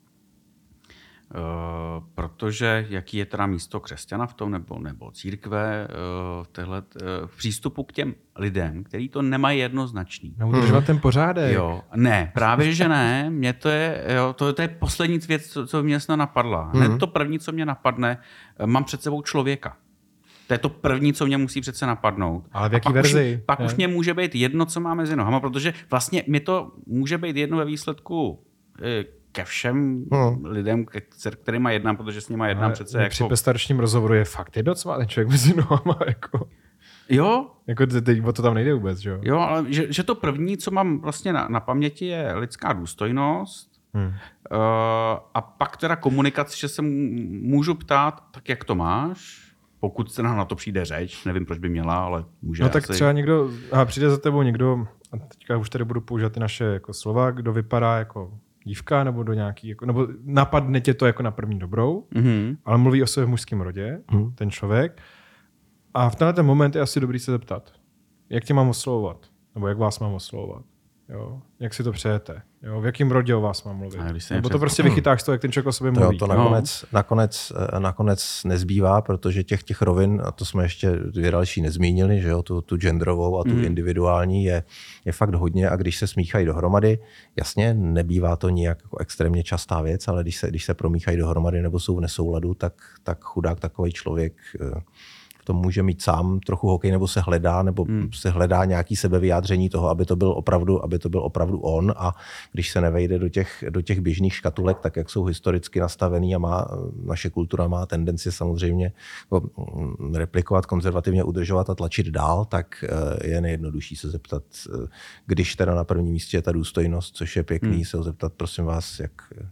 Protože jaký je teda místo křesťana v tom nebo církve v přístupu k těm lidem, který to nemají jednoznačný. Udržovat ten pořádek. Jo, ne, právě že ne. Mně to je poslední věc, co mě snad napadla. Hned to první, co mě napadne, mám před sebou člověka. To je to první, co mě musí přece napadnout. Ale v jaký verzi? Pak už mě může být jedno, co má mezi nohama, protože vlastně mi to může být jedno ve výsledku ke všem lidem, se kterýma jednám, protože s nima jednám přece jako... Při pestarčním rozhovoru je fakt jedno, co má ten člověk mezi nohama, jako... Jo. Jako teď o to tam nejde vůbec, že jo? Jo, ale že to první, co mám vlastně na paměti, je lidská důstojnost. A pak teda komunikace, že se můžu ptát, tak jak to máš? Pokud se na to přijde řeč, nevím, proč by měla, ale může. No tak třeba někdo, přijde za tebou někdo, a teďka už tady budu používat ty naše jako slova, kdo vypadá jako dívka, nebo do nějaký, jako, nebo napadne tě to jako na první dobrou, ale mluví o sobě v mužském rodě, ten člověk. A v tenhle moment je asi dobrý se zeptat, jak tě mám oslovovat, nebo jak vás mám oslovovat, jo? Jak si to přejete. Jo, v jakém rodě o vás mám mluvit? Nebo to přes... prostě vychytáš to, jak ten člověk o sobě mluví. To nakonec nezbývá, protože těch rovin, a to jsme ještě dvě další nezmínili, že jo, tu genderovou a tu individuální je fakt hodně, a když se smíchají dohromady, jasně, nebývá to nijak jako extrémně častá věc, ale když se promíchají dohromady nebo jsou v nesouladu, tak chudák takový člověk to může mít sám trochu hokej, nebo se hledá nějaký sebevyjádření toho, aby to byl opravdu on, a když se nevejde do těch běžných škatulek, tak jak jsou historicky nastavený, a naše kultura má tendenci samozřejmě replikovat, konzervativně udržovat a tlačit dál, tak je nejjednodušší se zeptat, když teda na prvním místě je ta důstojnost, což je pěkný, se ho zeptat, prosím vás,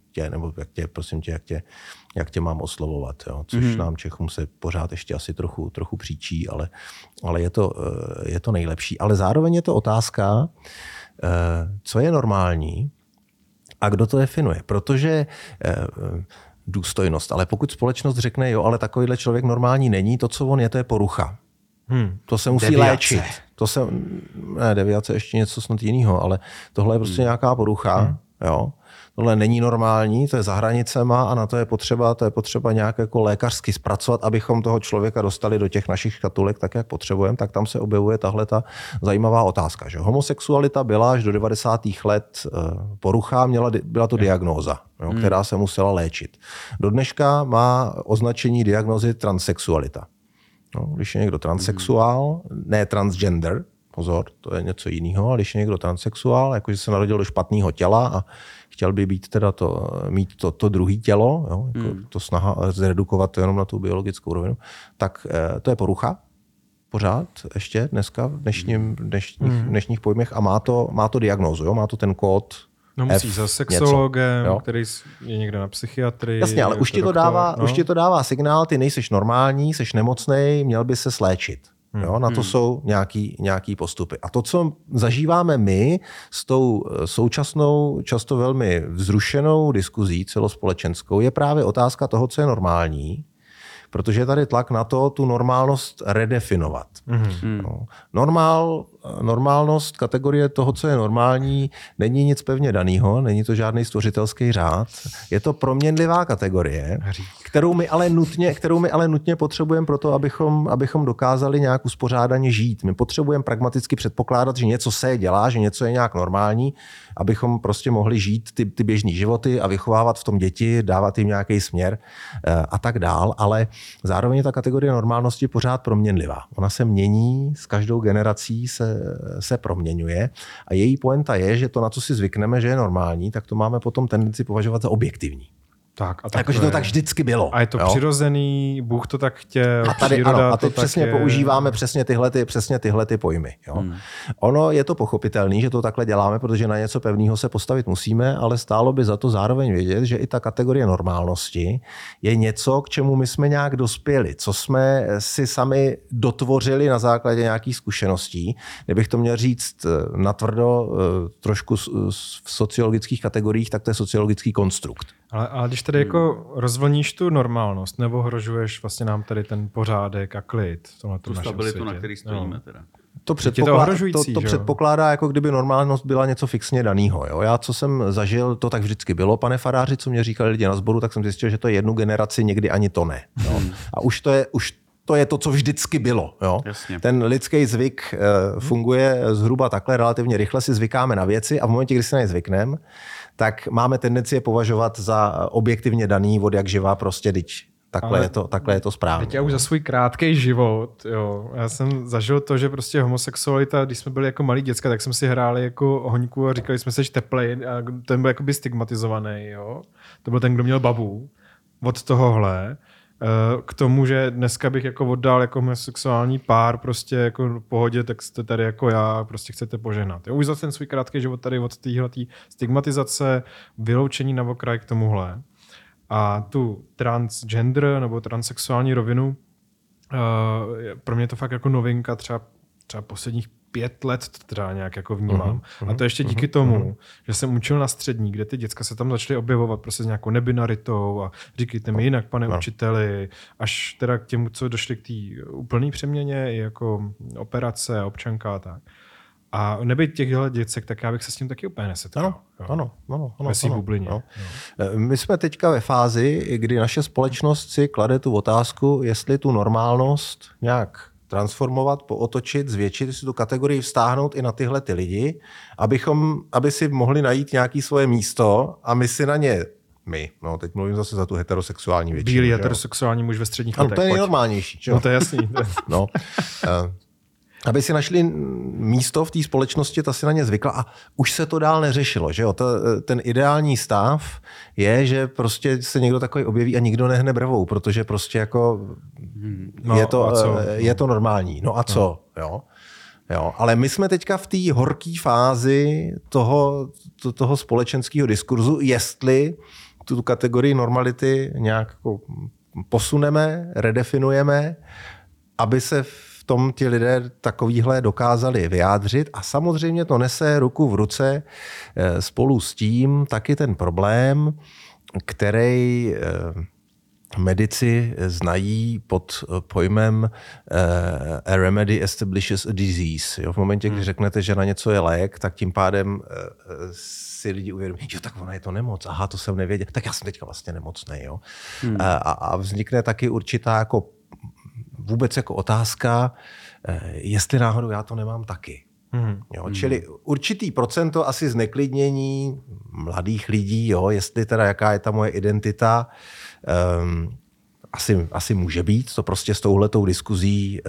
jak tě mám oslovovat, jo? Což nám Čechům se pořád ještě asi trochu příčí, ale je to nejlepší. Ale zároveň je to otázka, co je normální a kdo to definuje. Protože důstojnost, ale pokud společnost řekne, jo, ale takovýhle člověk normální není, to, co on je, to je porucha. To se musí léčit. Deviace ještě něco snad jiného, ale tohle je prostě nějaká porucha, jo. Tohle není normální, to je za hranicema, a na to je potřeba nějak jako lékařsky zpracovat, abychom toho člověka dostali do těch našich škatulek tak, jak potřebujeme. Tak tam se objevuje tahle ta zajímavá otázka, že homosexualita byla až do 90. let porucha, byla to diagnóza, jo, která se musela léčit. Do dneška má označení diagnózy transsexualita. No, když je někdo transsexuál, ne transgender, pozor, to je něco jiného, ale když je někdo transsexuál, jakože se narodil do špatného těla a chtěl by být teda mít to druhé tělo, jo, jako to snaha zredukovat to jenom na tu biologickou rovinu, tak to je porucha pořád ještě dneska v dnešních pojmech, a má to diagnózu, jo, má to ten kód. No musí za sexologem, který je někde na psychiatrii. Jasně, ale už ti to dává signál, ty nejseš normální, seš nemocnej, měl by se léčit. Jo, na to jsou nějaký postupy. A to, co zažíváme my s tou současnou, často velmi vzrušenou diskuzí celospolečenskou, je právě otázka toho, co je normální, protože je tady tlak na to tu normálnost redefinovat. No. Normálnost, kategorie toho, co je normální, není nic pevně danýho, není to žádný stvořitelský řád. Je to proměnlivá kategorie, kterou my ale nutně potřebujeme pro to, abychom dokázali nějak uspořádaně žít. My potřebujeme pragmaticky předpokládat, že něco se dělá, že něco je nějak normální, abychom prostě mohli žít ty běžný životy a vychovávat v tom děti, dávat jim nějaký směr a tak dál, ale zároveň ta kategorie normálnosti pořád proměnlivá. Ona se mění, s každou generací se proměňuje, a její pointa je, že to, na co si zvykneme, že je normální, tak to máme potom tendenci považovat za objektivní. Jakože to tak vždycky bylo. A je to přirozený, Bůh to tak chtěl, a teď přesně používáme přesně tyhle pojmy. Jo. Ono je to pochopitelný, že to takhle děláme, protože na něco pevného se postavit musíme, ale stálo by za to zároveň vědět, že i ta kategorie normálnosti je něco, k čemu my jsme nějak dospěli, co jsme si sami dotvořili na základě nějakých zkušeností. Kdybych to měl říct natvrdo trošku v sociologických kategoriích, tak to je sociologický konstrukt. Ale když tady jako rozvlníš tu normálnost, nebo ohrožuješ vlastně nám tady ten pořádek a klid v tomhle našem stabilitu, světě, na který stojíme teda. To předpokládá, jako kdyby normálnost byla něco fixně danýho. Jo? Já, co jsem zažil, to tak vždycky bylo, pane faráři, co mě říkali lidi na sboru, tak jsem zjistil, že to je jednu generaci, někdy ani to ne. Jo? A už to je to, co vždycky bylo. Jo? Ten lidský zvyk funguje zhruba takhle, relativně rychle si zvykáme na věci, a v momentě, kdy si na ně zvykneme, tak máme tendenci je považovat za objektivně daný od jak živá, prostě takhle je to správně. Teď já už za svůj krátký život, jo, já jsem zažil to, že prostě homosexualita, když jsme byli jako malí děcka, tak jsme si hráli jako hoňku a říkali jsme si teplej, a ten byl jakoby stigmatizovaný, jo. To byl ten, kdo měl babu. Od tohohle k tomu, že dneska bych jako oddal jako homosexuální pár prostě jako v pohodě, tak jste tady jako já, prostě chcete požehnat. Jo, už za ten svůj krátký život tady od téhletý stigmatizace, vyloučení na okraj k tomuhle. A tu transgender nebo transsexuální rovinu, pro mě je to fakt jako novinka, třeba posledních 5 let teda nějak jako vnímám. A to ještě díky tomu, že jsem učil na střední, kde ty děcka se tam začaly objevovat prostě s nějakou nebinaritou a říkejte mi jinak, pane učiteli, až teda k těmu, co došli k té úplné přeměně, i jako operace, občanka a tak. A nebýt těchhle děcek, tak já bych se s tím taky úplně nesetkal. Ano. Ve svý bublině. No. My jsme teďka ve fázi, kdy naše společnost si klade tu otázku, jestli tu normálnost nějak transformovat, pootočit, zvětšit, si tu kategorii vztáhnout i na tyhle ty lidi, aby si mohli najít nějaké svoje místo a my si na ně teď mluvím zase za tu heterosexuální většinu. Bílý heterosexuální muž ve středních letech. To je nejnormálnější. No to je jasný. Aby si našli místo v té společnosti, ta si na ně zvykla a už se to dál neřešilo. Že jo? Ten ideální stav je, že prostě se někdo takový objeví a nikdo nehne brvou, protože prostě jako je to normální. No a co? Jo, ale my jsme teďka v té horké fázi toho společenského diskurzu, jestli tu kategorii normality nějak jako posuneme, redefinujeme, aby se v tom ti lidé takovýhle dokázali vyjádřit a samozřejmě to nese ruku v ruce spolu s tím taky ten problém, který medici znají pod pojmem a remedy establishes a disease. Jo, v momentě, kdy řeknete, že na něco je lék, tak tím pádem si lidi uvědomí, že tak ona je to nemoc, aha, to jsem nevěděl, tak já jsem teďka vlastně nemocnej. Jo. A vznikne taky určitá jako vůbec jako otázka, jestli náhodou já to nemám taky. Jo, čili určitý procento asi zneklidnění mladých lidí, jo, jestli teda jaká je ta moje identita, asi může být, to prostě s touhletou diskuzí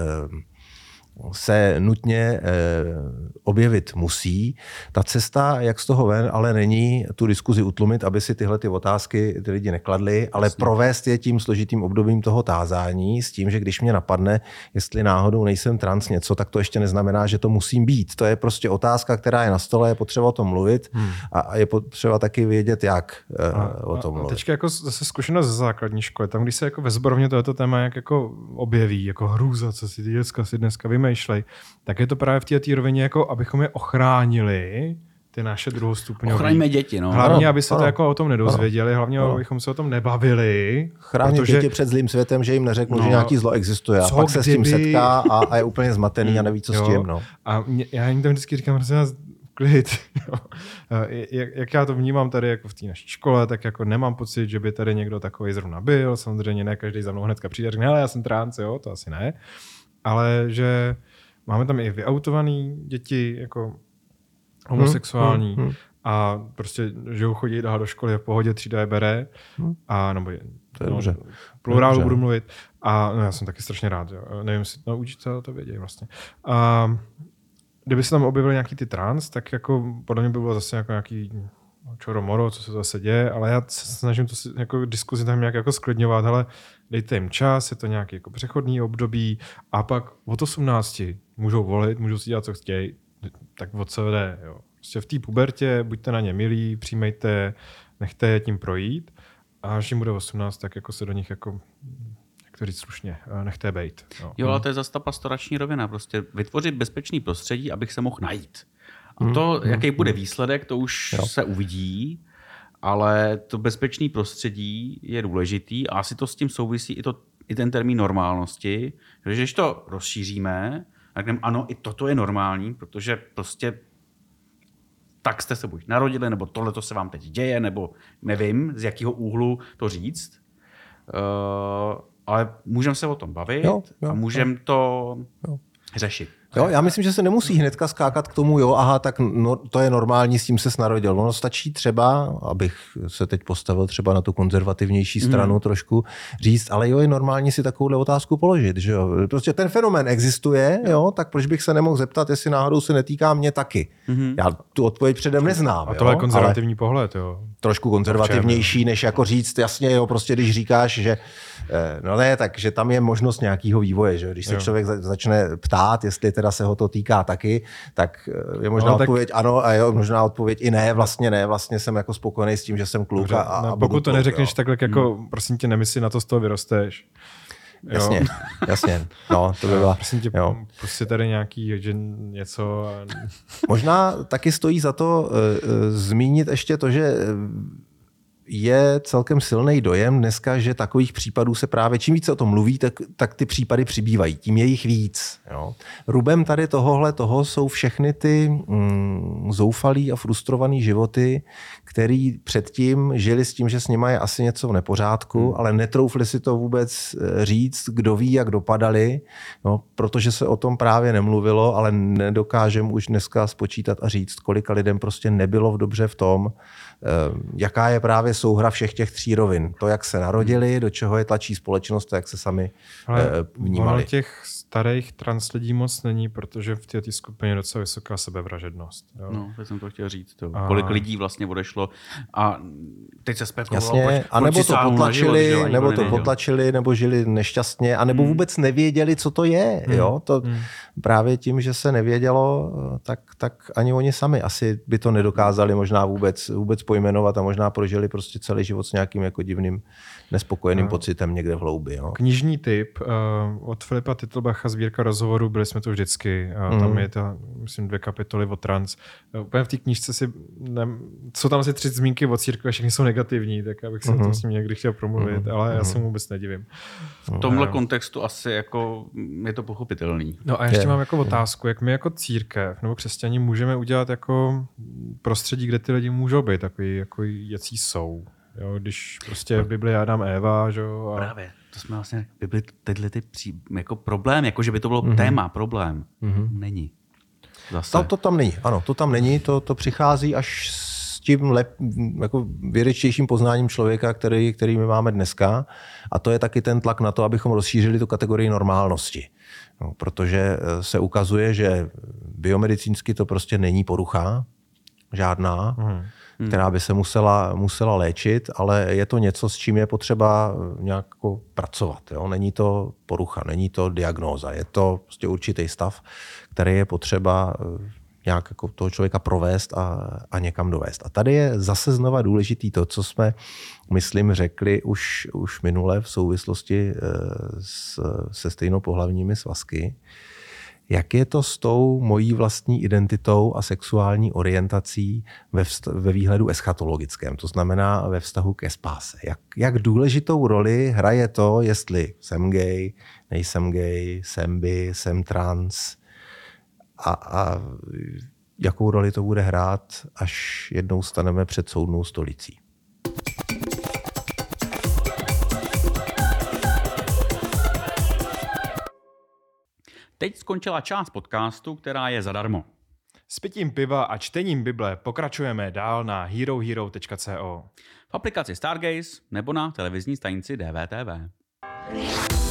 se nutně objevit musí. Ta cesta, jak z toho ven, ale není tu diskuzi utlumit, aby si tyhle ty otázky ty lidi nekladli, ale provést je tím složitým obdobím toho tázání s tím, že když mě napadne, jestli náhodou nejsem trans něco, tak to ještě neznamená, že to musím být. To je prostě otázka, která je na stole, je potřeba o tom mluvit a je potřeba taky vědět, jak o tom mluvit. Teďka jako zase zkušenost ze základní školy, tam když se jako ve zborovně tohleto téma jak jako objeví, jako hrůza, co si ty děcka si dneska vymýšlej, tak je to právě v té rovině, jako abychom je ochránili, ty naše druhostupňové. Ochraňme děti, no. Hlavně, aby se to jako o tom nedozvěděli, hlavně, abychom se o tom nebavili. Chránit děti před zlým světem, že jim neřeknu, že nějaký zlo existuje. A pak se s tím setká a je úplně zmatený a neví, co s tím. No. A já jim tam vždycky říkám, prosím vás, klid. Jak já to vnímám tady jako v té naší škole, tak jako nemám pocit, že by tady někdo takový zrovna byl. Samozřejmě ne každý za mnou hnedka přijde a řekne, hele, já jsem trans, jo, to asi ne. Ale že máme tam i vyautovaný děti, jako homosexuální a prostě, že chodí dál do školy v pohodě, třída je bere a nebo plurálu budu mluvit a já jsem taky strašně rád, jo. Nevím, jestli učitelé to vědějí vlastně. A kdyby se tam objevily nějaký ty trans, tak jako podle mě by bylo zase jako nějaký čoromoro, co se zase děje, ale já se snažím to jako diskuzi tam nějak jako sklidňovat, ale dejte jim čas, je to nějaký jako přechodný období a pak od 18 můžou volit, můžou si dělat, co chtějí, tak o co jde. Jo. Prostě v té pubertě buďte na ně milí, přijmejte, nechte je tím projít a až jim bude 18, tak jako se do nich jako, jak to říct slušně, nechte bejt. Jo, ale to je zase ta pastorační rovina, prostě vytvořit bezpečný prostředí, abych se mohl najít. A to, jaký bude výsledek, to už se uvidí, ale to bezpečné prostředí je důležitý a asi to s tím souvisí i ten termín normálnosti. Takže když to rozšíříme, tak ano, i toto je normální, protože prostě tak jste se buď narodili, nebo tohle se vám teď děje, nebo nevím, z jakého úhlu to říct. Ale můžeme se o tom bavit a můžeme to řešit. Jo, já myslím, že se nemusí hnedka skákat k tomu, tak to je normální, s tím ses narodil. Ono stačí třeba, abych se teď postavil třeba na tu konzervativnější stranu trošku, říct, ale je normální si takovouhle otázku položit. Že jo? Prostě ten fenomén existuje, tak proč bych se nemohl zeptat, jestli náhodou se netýká mě taky. Já tu odpověď předem neznám. A tohle je konzervativní pohled. Jo. Trošku konzervativnější, než jako říct, jasně, prostě když říkáš, že takže tam je možnost nějakého vývoje. Že? Když se člověk začne ptát, jestli teda se ho to týká taky, tak je možná odpověď ano a možná odpověď i ne, vlastně jsem jako spokojený s tím, že jsem kluk. Pokud to neřekneš takhle, jako prosím tě, nemysli na to, z toho vyrosteš. Jasně. No, to by byla. Prosím tě, prostě tady nějaký že něco. Možná taky stojí za to zmínit ještě to, že je celkem silný dojem dneska, že takových případů se právě, čím více o tom mluví, tak ty případy přibývají, tím je jich víc. Jo. Rubem tady toho jsou všechny ty zoufalý a frustrovaný životy, který předtím žili s tím, že s nima je asi něco v nepořádku, ale netroufli si to vůbec říct, kdo ví, jak dopadali, no, protože se o tom právě nemluvilo, ale nedokážeme už dneska spočítat a říct, kolika lidem prostě nebylo dobře v tom, jaká je právě souhra všech těch 3 rovin. To, jak se narodili, do čeho je tlačí společnost, jak se sami vnímali. Ale těch starých trans lidí moc není, protože v té skupině je docela vysoká sebevražednost. Jo. No, teď jsem to chtěl říct. To. Kolik lidí vlastně odešlo a teď se spekulovalo, jasně, anebo to potlačili, nebo to potlačili, nebo žili nešťastně, anebo vůbec nevěděli, co to je. Jo? To právě tím, že se nevědělo, tak ani oni sami asi by to nedokázali možná vůbec pojmenovat a možná prožili prostě celý život s nějakým jako divným nespokojeným pocitem někde v hloubi. Jo. Knižní tip od Filipa Titlbacha, sbírka rozhovorů, byli jsme tu vždycky. Tam je ta, myslím, 2 kapitoly o trans. Úplně v té knížce jsou tam asi 3 zmínky o církvi a všechny jsou negativní, tak abych se to s ním někdy chtěl promluvit, ale já se mu vůbec nedivím. V tomhle kontextu asi jako je to pochopitelný. No a ještě mám jako otázku, jak my jako církev nebo křesťani můžeme udělat jako prostředí, kde ty lidi můžou být takový, jako jací jsou. Jo, když prostě v Bibli Adam Eva, že jo. Právě, to jsme vlastně v Bibli tyhle jako problém, jako že by to bylo téma, problém. Není. Zase. To tam není, ano, to tam není, to přichází až s tím jako vědečtějším poznáním člověka, který my máme dneska, a to je taky ten tlak na to, abychom rozšířili tu kategorii normálnosti. No, protože se ukazuje, že biomedicínsky to prostě není porucha, žádná, která by se musela léčit, ale je to něco, s čím je potřeba nějak pracovat. Jo? Není to porucha, není to diagnóza, je to prostě určitý stav, který je potřeba nějak jako toho člověka provést a někam dovést. A tady je zase znova důležitý to, co jsme, myslím, řekli už minule v souvislosti se stejnopohlavními svazky. Jak je to s tou mojí vlastní identitou a sexuální orientací ve výhledu eschatologickém, to znamená ve vztahu ke spáse? Jak důležitou roli hraje to, jestli jsem gay, nejsem gay, jsem bi, jsem trans a jakou roli to bude hrát, až jednou staneme před soudnou stolicí? Teď skončila část podcastu, která je zadarmo. S pitím piva a čtením Bible pokračujeme dál na herohero.co. V aplikaci Stargaze nebo na televizní stanici DVTV.